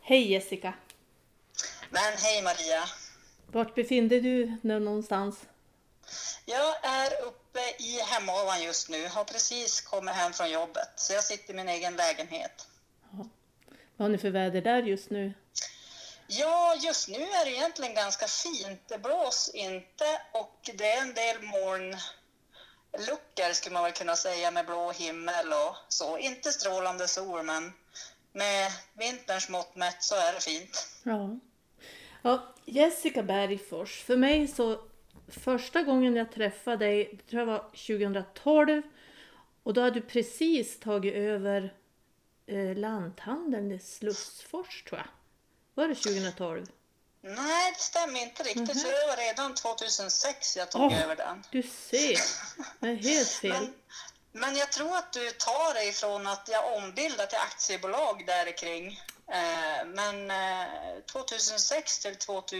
Hej Jessica! Men hej Maria! Vart befinner du dig någonstans? Jag är uppe i Hemavan just nu, har precis kommit hem från jobbet. Så jag sitter i min egen lägenhet. Ja. Vad har ni för väder där just nu? Ja, just nu är det egentligen ganska fint. Det blåser inte och det är en del molnluckor skulle man väl kunna säga med blå himmel och så. Inte strålande sol men med vinterns mått mätt så är det fint. Ja, Jessica Bergfors. För mig så första gången jag träffade dig, det tror jag var 2012. Och då hade du precis tagit över lanthandeln i Slussfors tror jag. Var det 2012? Nej, det stämmer inte riktigt. För det var redan 2006 jag tog över den. Du ser, det är helt fel. Men jag tror att du tar dig från att jag ombildade till aktiebolag där kring. Men 2006 till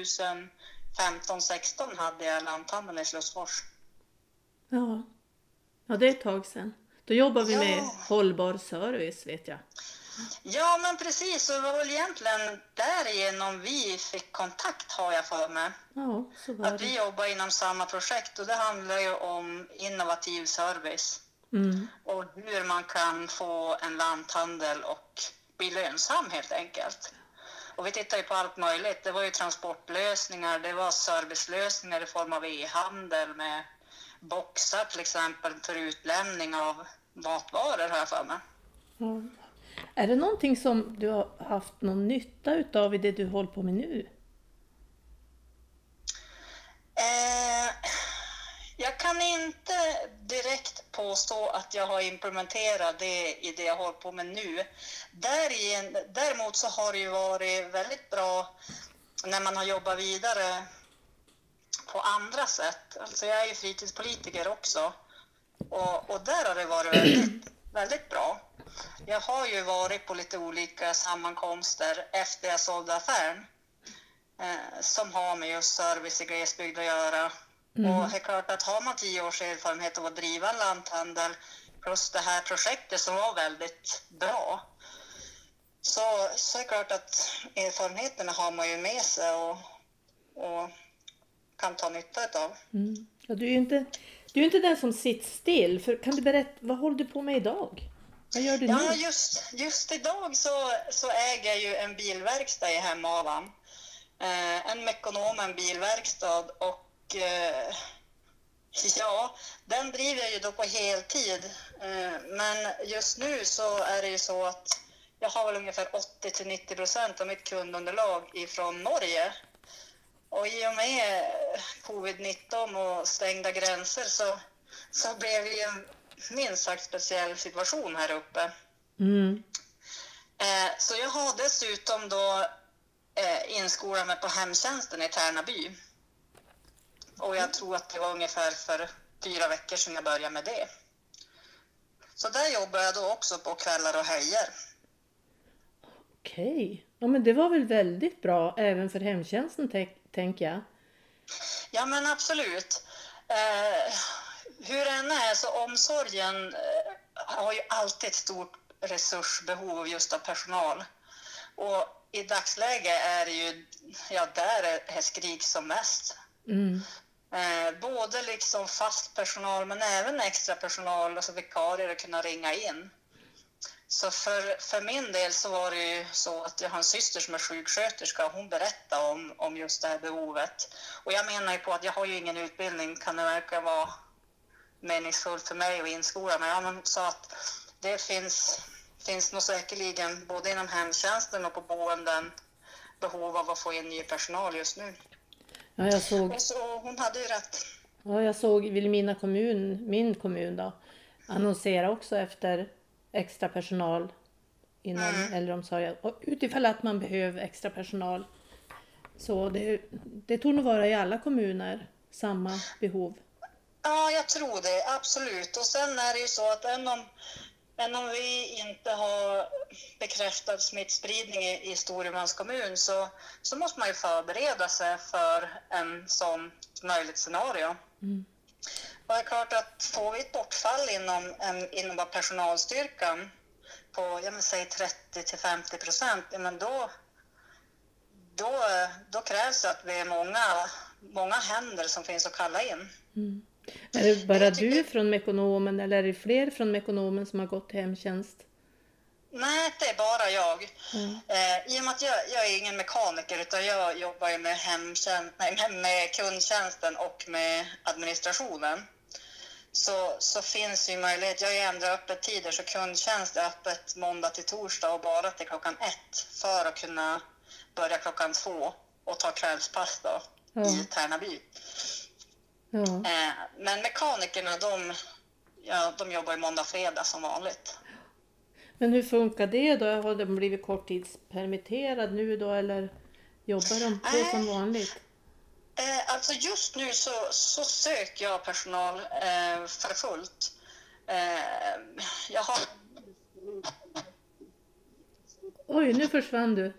2015-16 hade jag lanthandeln i Slussfors. Ja, det är ett tag sedan. Då jobbar vi med hållbar service vet jag. Ja, men precis. Och det var väl egentligen därigenom vi fick kontakt har jag för mig. Ja, så var att vi jobbar inom samma projekt och det handlar ju om innovativ service. Och hur man kan få en lanthandel och bli lönsam helt enkelt. Och vi tittar ju på allt möjligt. Det var ju transportlösningar, det var servicelösningar i form av e-handel med boxar till exempel för utlämning av matvaror har jag för mig. Ja. Är det någonting som du har haft någon nytta utav i det du håller på med nu? Jag kan inte direkt påstå att jag har implementerat det i det jag håller på med nu. Däremot så har det ju varit väldigt bra när man har jobbat vidare på andra sätt. Alltså jag är ju fritidspolitiker också och där har det varit väldigt, väldigt bra. Jag har ju varit på lite olika sammankomster efter jag sålde affären som har med just service i glesbygd att göra. Och det är klart att har man 10 års erfarenhet av att driva en lanthandel plus det här projektet som var väldigt bra så är det klart att erfarenheterna har man ju med sig och kan ta nytta av. Ja, du är ju inte den som sitter still. För kan du berätta, vad håller du på med idag? Vad gör du nu? Ja, just idag så äger jag ju en bilverkstad i Hemavan. En Mekonom, en bilverkstad och ja, den driver jag ju då på heltid. Men just nu så är det ju så att jag har väl ungefär 80-90% av mitt kundunderlag ifrån Norge. Och i och med covid-19 och stängda gränser så blev det ju en minst sagt speciell situation här uppe. Så jag har dessutom då inskolat mig på hemtjänsten i Tärnaby. Och jag tror att det var ungefär för 4 veckor sedan jag började med det. Så där jobbar jag då också på kvällar och helger. Okej. Ja, men det var väl väldigt bra även för hemtjänsten tänker jag. Ja, men absolut. Hur än är så omsorgen har ju alltid ett stort resursbehov just av personal. Och i dagsläget är det ju, ja där är skrik som mest. Både liksom fast personal men även extra personal, alltså vikarier att kunna ringa in. Så för min del så var det ju så att jag har en syster som är sjuksköterska och hon berättade om just det här behovet. Och jag menar ju på att jag har ju ingen utbildning, kan det verkligen vara meningsfullt för mig att inskola mig. Men sa att det finns nog säkerligen både inom hemtjänsten och på boenden behov av att få in ny personal just nu. Ja, jag såg. Så hon hade ju rätt. Ja, jag såg Vilhelmina kommun, min kommun då, annonsera också efter extra personal inom äldreomsorgen. Och utifall att man behöver extra personal. Så det tror nog vara i alla kommuner samma behov. Ja, jag tror det, absolut. Och sen är det ju så att än om vi inte har bekräftad smittspridning i Storumans kommun så måste man ju förbereda sig för en sån möjligt scenario. Och det är klart att får vi ett bortfall inom personalstyrkan på säg 30-50%, men då då krävs det att vi är många händer som finns att kalla in. Mm. Är det bara du från Mekonomen eller är det fler från Mekonomen som har gått till hemtjänst? Nej, det är bara jag. I och med att jag är ingen mekaniker utan jag jobbar ju med med kundtjänsten och med administrationen. Så finns ju möjlighet. Jag har ju ändrat öppettider så kundtjänst är öppet måndag till torsdag och bara till 1:00 för att kunna börja 2:00 och ta kvällspass då i Tärnaby. Ja. Men mekanikerna de jobbar ju måndag-fredag som vanligt. Men hur funkar det då? Har de blivit korttidspermitterad nu då eller jobbar de på som vanligt? Alltså just nu så söker jag personal för fullt. Jag har... Oj, nu försvann du.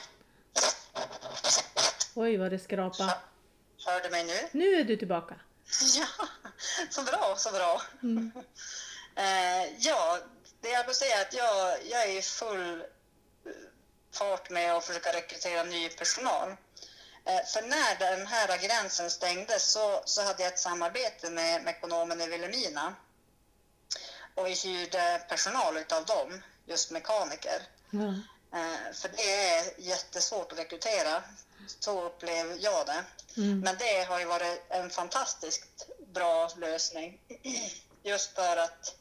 Oj, vad det skrapade. Hör du mig nu? Nu är du tillbaka. Ja, så bra. Mm. Ja, det jag vill säga är att jag är i full fart med att försöka rekrytera ny personal. För när den här gränsen stängdes så hade jag ett samarbete med Mekonomen i Vilhelmina. Och vi hyrde personal utav dem, just mekaniker. Ja. För det är jättesvårt att rekrytera, så upplever jag det. Mm. Men det har ju varit en fantastiskt bra lösning. Just för att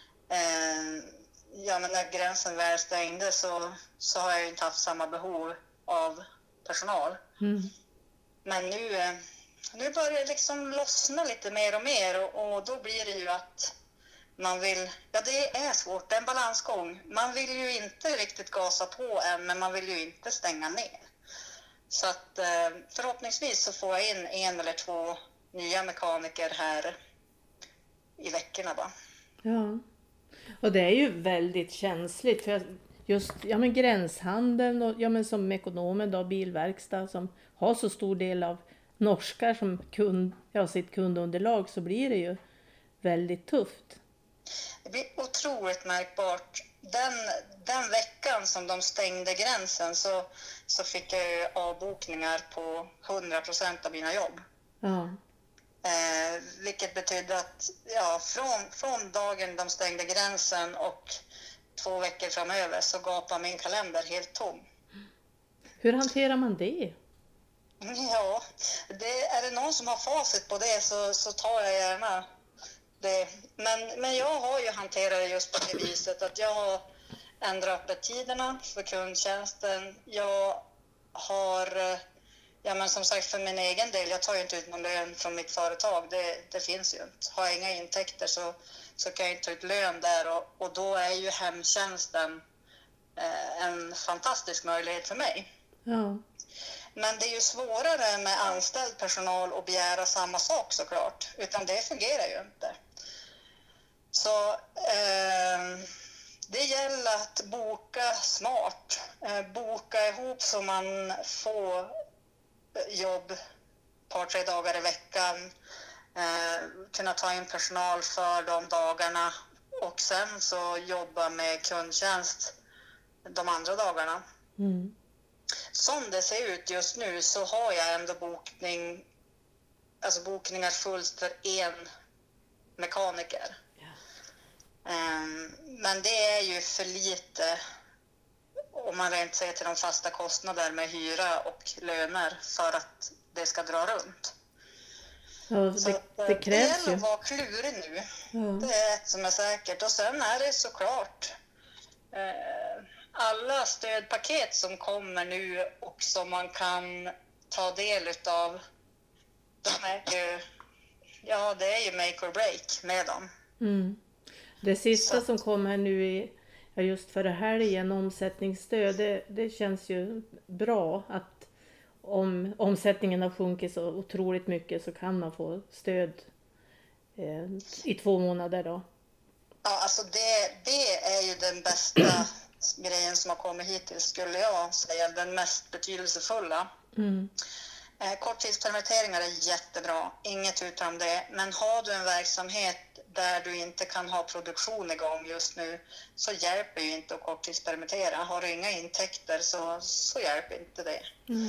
men när gränsen väl stängde så har jag inte haft samma behov av personal. Mm. Men nu börjar det liksom lossna lite mer och mer och då blir det ju att man vill, det är svårt, det är en balansgång. Man vill ju inte riktigt gasa på än, men man vill ju inte stänga ner. Så att förhoppningsvis så får jag in 1 eller 2 nya mekaniker här i veckorna bara. Ja, och det är ju väldigt känsligt för just gränshandeln och som Mekonomen då, bilverkstad som har så stor del av norskar som sitt kundunderlag, så blir det ju väldigt tufft. Det blir otroligt märkbart. Den veckan som de stängde gränsen så fick jag ju avbokningar på 100% av mina jobb. Ja. Vilket betydde att från dagen de stängde gränsen och 2 veckor framöver så gapar min kalender helt tom. Hur hanterar man det? Ja, är det någon som har facit på det så tar jag gärna det. Men jag har ju hanterat det just på det viset att jag har ändrat öppettiderna för kundtjänsten. Jag har, som sagt för min egen del, jag tar ju inte ut någon lön från mitt företag. Det finns ju inte. Har jag inga intäkter så kan jag inte ta ut lön där och då är ju hemtjänsten en fantastisk möjlighet för mig. Ja. Men det är ju svårare med anställd personal att begära samma sak såklart, utan det fungerar ju inte. Så det gäller att boka smart, boka ihop så man får jobb ett par 3 dagar i veckan, kunna ta in personal för de dagarna och sen så jobba med kundtjänst de andra dagarna. Mm. Som det ser ut just nu så har jag ändå bokningar fullt för 1 mekaniker. Men det är ju för lite om man rent ser till de fasta kostnader med hyra och löner för att det ska dra runt. Ja, det krävs det gäller att vara klurig nu. Ja. Det är ett som är säkert. Och sen är det såklart alla stödpaket som kommer nu och som man kan ta del utav, det är ju make or break med dem. Mm. Det sista som kom här nu just för helgen, omsättningsstöd, det känns ju bra att om omsättningen har sjunkit så otroligt mycket så kan man få stöd i 2 månader då. Ja, alltså det är ju den bästa grejen som har kommit hittills, skulle jag säga, den mest betydelsefulla. Mm. Korttidspermitteringar är jättebra, inget utan det. Men har du en verksamhet där du inte kan ha produktion igång just nu, så hjälper ju inte att korttidspermittera. Har du inga intäkter så hjälper inte det.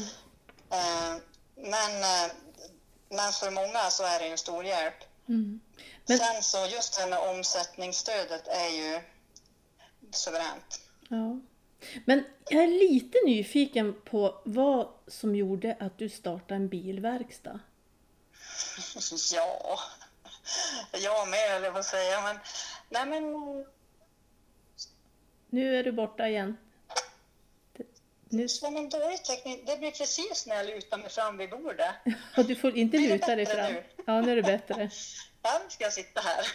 Men för många så är det en stor hjälp. Sen så just det här med omsättningsstödet är ju suveränt. Ja. Men jag är lite nyfiken på vad som gjorde att du startade en bilverkstad. Ja, jag med, eller vad säger jag. Men, nej men... Nu är du borta igen. Ja, men dålig teknik. Det blir precis när jag lutar mig fram vid bordet. Ja, du får inte luta dig fram. Nu? Ja, nu är det bättre. Ja, nu ska jag sitta här.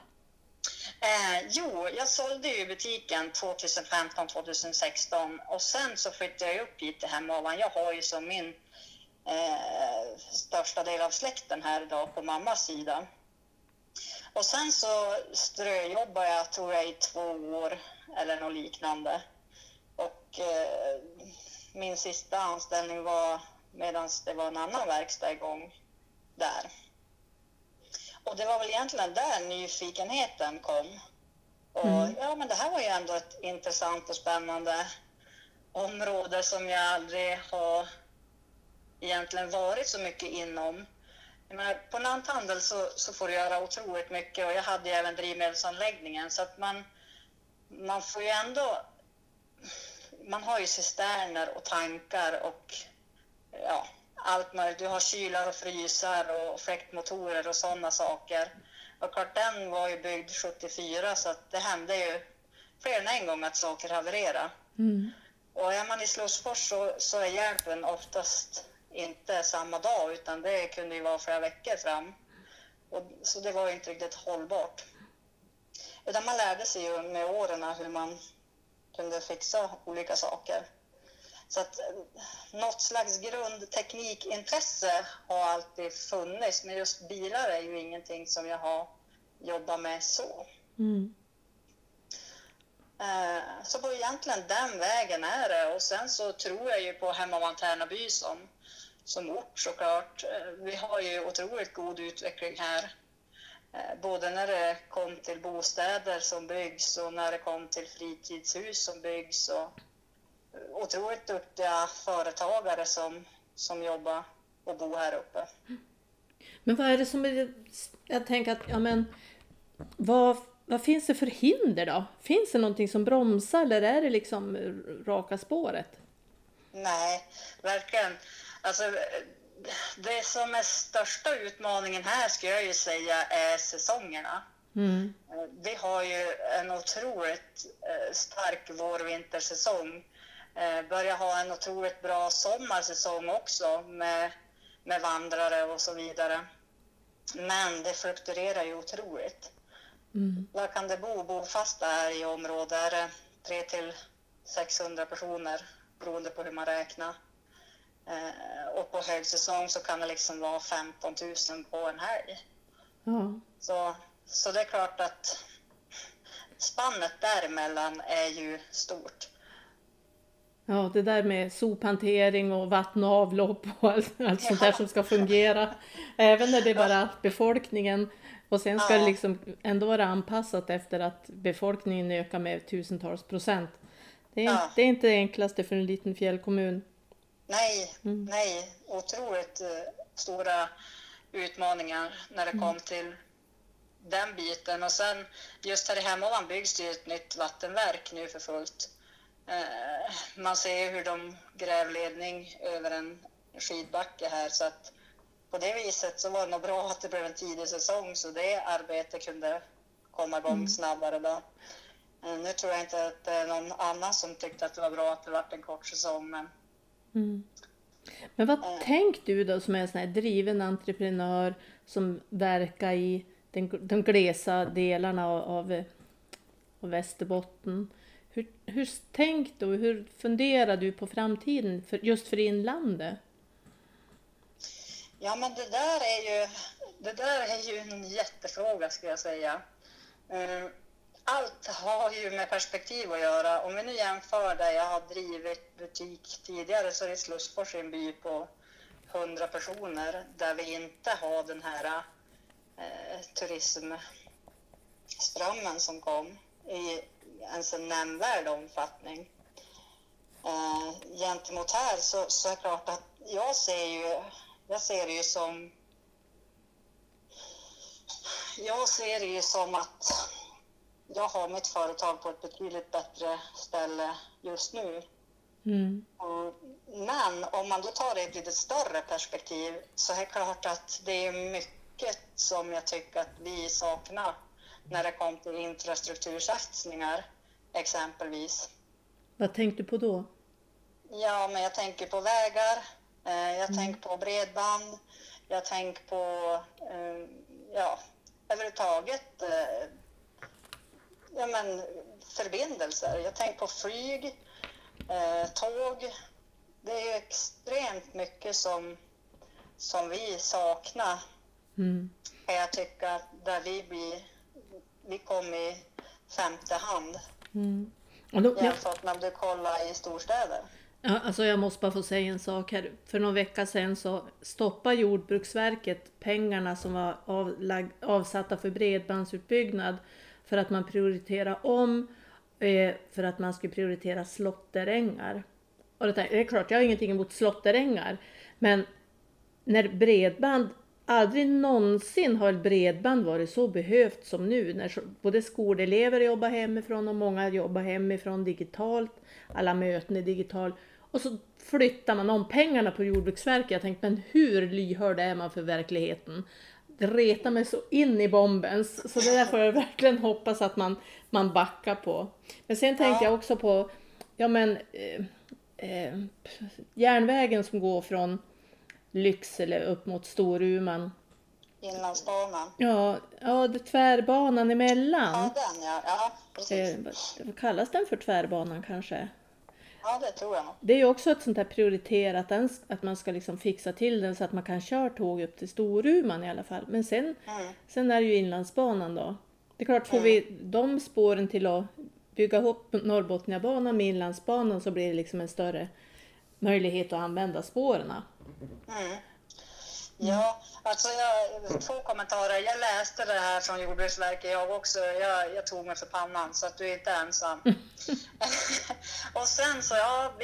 Jag sålde ju butiken 2015-2016 och sen så flyttade jag upp hit till Hemavan. Jag har ju som min största del av släkten här idag på mammas sida. Och sen så ströjobbade jag, tror jag, i 2 år eller något liknande. Och min sista anställning var medan det var en annan verkstad igång där. Och det var väl egentligen där nyfikenheten kom. Och ja, men det här var ju ändå ett intressant och spännande område som jag aldrig har egentligen varit så mycket inom. Men på lanthandel så får du göra otroligt mycket, och jag hade ju även drivmedelsanläggningen, så att man får ju ändå, man har ju cisterner och tankar och ja, allt möjligt. Du har kylar och frysar och fläktmotorer och sådana saker. Och klart, den var ju byggd 74, så att det hände ju fler än en gång att saker havererade. Och är man i Slussfors så är hjälpen oftast inte samma dag, utan det kunde ju vara flera veckor fram. Så det var ju inte riktigt hållbart. Utan man lärde sig ju med åren hur man kunde fixa olika saker. Så att något slags grundteknikintresse har alltid funnits, men just bilar är ju ingenting som jag har jobbat med så. Så på egentligen den vägen är det. Och sen så tror jag ju på Hemavan Tärnaby som ort, såklart. Vi har ju otroligt god utveckling här. Både när det kom till bostäder som byggs och när det kom till fritidshus som byggs. Och otroligt duktiga företagare som jobbar och bor här uppe. Men vad är det som är, jag tänker att, ja men, vad finns det för hinder då? Finns det någonting som bromsar, eller är det liksom raka spåret? Nej, verkligen. Alltså, det som är största utmaningen här, ska jag ju säga, är säsongerna. Vi har ju en otroligt stark vår-vintersäsong. Börjar ha en otroligt bra sommarsäsong också med vandrare och så vidare. Men det fluktuerar ju otroligt. Vad kan det bofasta här i området? 300-600 personer, beroende på hur man räknar. Och på högsäsong så kan det liksom vara 15 000 på en helg. Så det är klart att spannet däremellan är ju stort. Ja, det där med sophantering och vatten och avlopp och allt sånt där som ska fungera. Även när det är bara befolkningen. Och sen ska det liksom ändå vara anpassat efter att befolkningen ökar med tusentals %. Det är inte det enklaste för en liten fjällkommun. Nej, otroligt stora utmaningar när det kom till den biten. Och sen just här i Hemavan byggs det ett nytt vattenverk nu för fullt. Man ser hur de gräver ledning över en skidbacke här, så att på det viset så var det nog bra att det blev en tidig säsong, så det arbetet kunde komma igång snabbare då. Nu tror jag inte att det är någon annan som tyckte att det var bra att det var en kort säsong, men... Men vad tänker du då som är en sån här driven entreprenör som verkar i de glesa delarna av Västerbotten? Hur tänker du och hur funderar du på framtiden just för inlandet? Ja, men det där är ju en jättefråga, ska jag säga. Allt har ju med perspektiv att göra. Om vi nu jämför där jag har drivit butik tidigare, så är det Slussfors, en by på 100 personer där vi inte har den här strömmen som kom i en så nämnvärd omfattning. Gentemot här så är det klart att jag ser det ju som att jag har mitt företag på ett betydligt bättre ställe just nu. Men om man då tar det i ett lite större perspektiv så är det klart att det är mycket som jag tycker att vi saknar när det kommer till infrastruktursatsningar exempelvis. Vad tänkte du på då? Ja, men jag tänker på vägar, jag tänker på bredband, jag tänker på överhuvudtaget förbindelser. Jag tänker på flyg, tåg. Det är extremt mycket som vi saknar. Jag tycker där vi kom i femte hand jämfört med om du kollar i storstäder. Ja, alltså jag måste bara få säga en sak här. För någon vecka sedan så stoppade Jordbruksverket pengarna som var avsatta för bredbandsutbyggnad för att man prioriterar om för att man skulle prioritera slåtterängar. Och det är klart, jag har ingenting emot slåtterängar, men när bredband, aldrig någonsin har bredband varit så behövt som nu, när både skolelever jobbar hemifrån och många jobbar hemifrån digitalt, alla möten är digitalt, och så flyttar man om pengarna på Jordbruksverket. Jag tänkte, men hur lyhörd är man för verkligheten? Det retar mig så in i bombens, så det där får jag verkligen hoppas att man backar på. Men sen tänkte jag också på järnvägen som går från Lycksele upp mot Storuman. Inlandsbanan. Ja, det tvärbanan emellan. Ja, den ja precis. Vad kallas den för, tvärbanan kanske? Ja, det tror jag nog. Det är ju också ett sånt här prioriterat att man ska liksom fixa till den så att man kan köra tåg upp till Storuman i alla fall. Men sen är det ju Inlandsbanan då. Det är klart, får vi de spåren till att bygga ihop Norrbotniabanan med Inlandsbanan så blir det liksom en större möjlighet att använda spåren. Ja, alltså två kommentarer. Jag läste det här från Jordbruksverket jag också. Jag tog mig för pannan så att du är inte ensam. Och sen så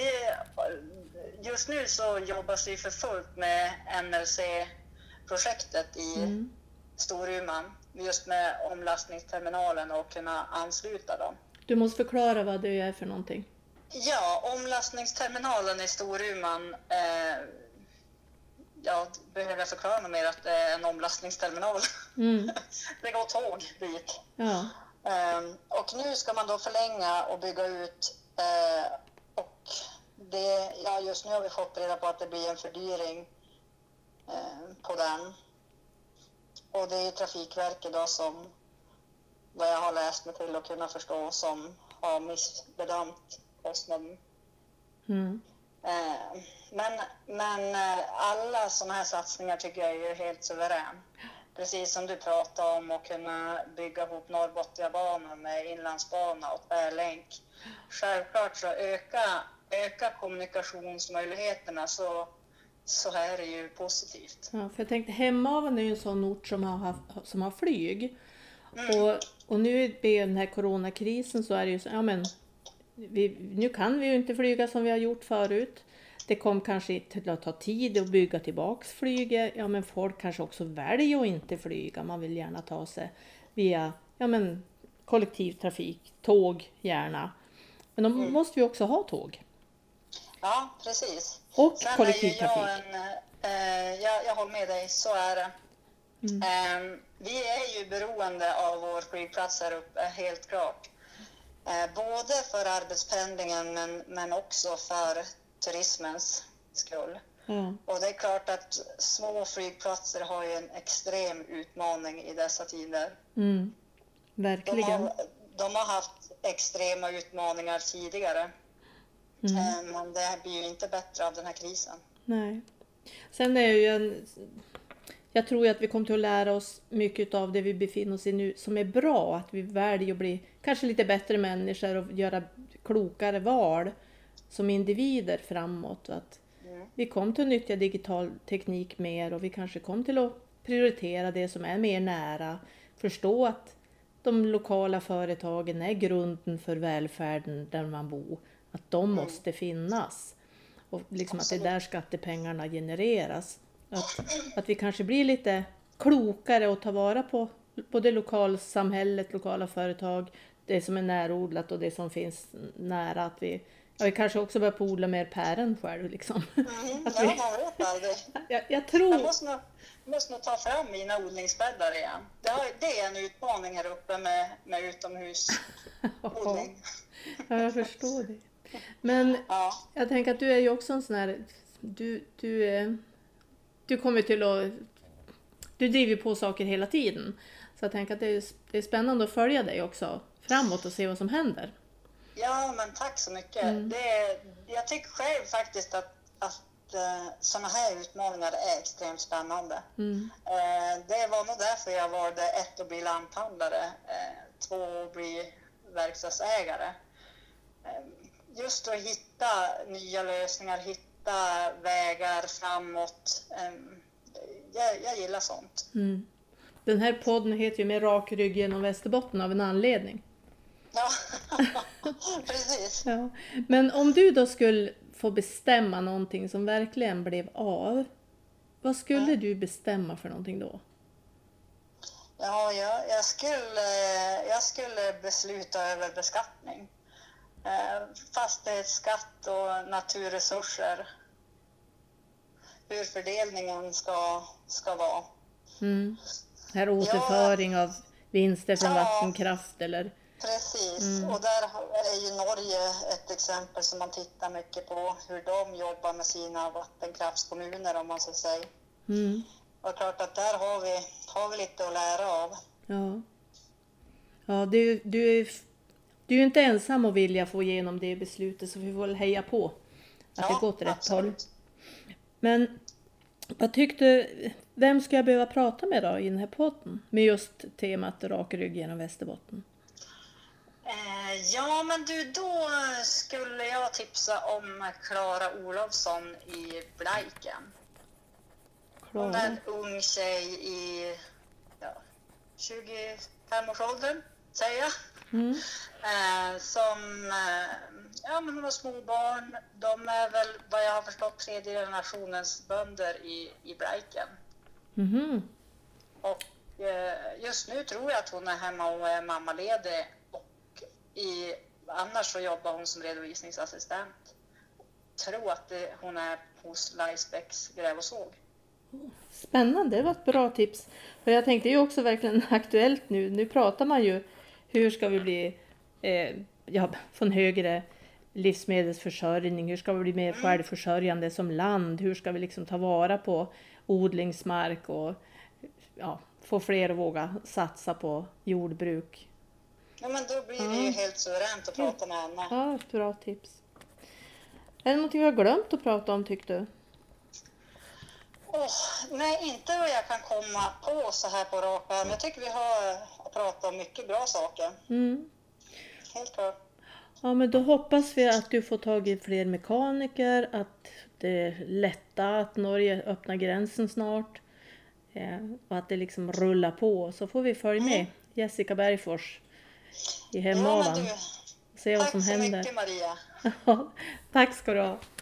just nu så jobbas vi för fullt med NLC-projektet i Storuman. Just med omlastningsterminalen och kunna ansluta dem. Du måste förklara vad det är för någonting. Ja, omlastningsterminalen i Storuman. Behöver jag förklara mer att det är en omlastningsterminal. Det går tåg dit. Ja. Och nu ska man då förlänga och bygga ut. Och just nu har vi fått reda på att det blir en fördyring på den. Och det är Trafikverket då som, vad jag har läst mig till och kunna förstå, som har missbedömt kostnaden. Men alla sådana här satsningar tycker jag är helt suverän. Precis som du pratade om, att kunna bygga ihop Norrbotniabanan med Inlandsbanan och tvärlänk. Självklart så öka kommunikationsmöjligheterna, så är det ju positivt. Ja, för jag tänkte, Hemavan är ju en sån ort som har flyg. Och nu i den här coronakrisen så är det ju så, nu kan vi ju inte flyga som vi har gjort förut. Det kom kanske till att ta tid att bygga tillbaks flyget. Ja, men folk kanske också väljer att inte flyga. Man vill gärna ta sig via kollektivtrafik, tåg gärna. Men då måste vi också ha tåg. Ja, precis. Och sen kollektivtrafik. Jag håller med dig, så är det. Vi är ju beroende av vår flygplats här uppe, helt klart. Både för arbetspendlingen men också för turismens skull. Och det är klart att små flygplatser har ju en extrem utmaning i dessa tider. Verkligen. De har haft extrema utmaningar tidigare. Men det blir ju inte bättre av den här krisen. Nej. Sen är ju jag tror ju att vi kommer till att lära oss mycket av det vi befinner oss i nu som är bra. Att vi väljer att bli kanske lite bättre människor och göra klokare val som individer framåt. Att vi kommer till att nyttja digital teknik mer och vi kanske kommer till att prioritera det som är mer nära. Förstå att de lokala företagen är grunden för välfärden där man bor. Att de måste finnas. Och liksom att det är där skattepengarna genereras. Att vi kanske blir lite klokare och tar vara på både lokalsamhället, lokala företag, det som är närodlat och det som finns nära. Att vi kanske också börjar odla mer päron själv. Liksom. Ja, man vet aldrig. Jag tror... Jag måste nog ta fram mina odlingsbäddar igen. Det är en utmaning här uppe med utomhusodling. Ja, jag förstår det. Men jag tänker att du är ju också en sån här... Du kommer till att... Du driver på saker hela tiden. Så jag tänker att det är spännande att följa dig också framåt och se vad som händer. Ja, men tack så mycket. Jag tycker själv faktiskt att sådana här utmaningar är extremt spännande. Det var nog därför jag valde 1 att bli lanthandlare, 2 att bli verkstadsägare. Just att hitta nya lösningar, hitta vägar framåt. Jag gillar sånt. Den här podden heter ju Med rak rygg genom Västerbotten av en anledning. Ja, precis. Ja. Men om du då skulle få bestämma någonting som verkligen blev av, vad skulle du bestämma för någonting då? Ja, jag skulle besluta över beskattning. Fastighetsskatt och naturresurser. Hur fördelningen ska vara. Här återföring av vinster från vattenkraft eller... Precis, och där är ju Norge ett exempel som man tittar mycket på, hur de jobbar med sina vattenkraftskommuner, om man så säger. Och klart att där har vi lite att lära av. Ja, du är ju inte ensam att vilja få igenom det beslutet, så vi får väl heja på att det gått rätt håll. Men vad tyckte, vem ska jag behöva prata med då i den här podden med just temat rak rygg genom Västerbotten? Ja, men då skulle jag tipsa om Klara Olofsson i Blaiken. Hon är en ung tjej i 25-årsåldern, säger jag. Men hon har små barn. De är väl, vad jag har förstått, 3:e generationens bönder i Blaiken. Och just nu tror jag att hon är hemma och är mammaledig. Annars så jobbar hon som redovisningsassistent. Tror att hon är hos Laisbäcks gräv och såg. Spännande, det var ett bra tips. För jag tänkte, det är ju också verkligen aktuellt nu. Nu pratar man ju, hur ska vi bli från högre livsmedelsförsörjning? Hur ska vi bli mer självförsörjande som land? Hur ska vi liksom ta vara på odlingsmark och få fler att våga satsa på jordbruk? Ja, men då blir det ju helt suveränt att prata med henne. Ja, ett bra tips. Är det något vi har glömt att prata om, tyckte du? Nej, inte vad jag kan komma på så här på raka. Men jag tycker vi har pratat om mycket bra saker. Helt klart. Ja, men då hoppas vi att du får tag i fler mekaniker, att det är lätta att Norge öppnar gränsen snart. Och att det liksom rullar på. Så får vi följa med Jessica Bergfors i Hemavan. Se vad som händer. Tack så mycket, Maria. Tack ska du ha.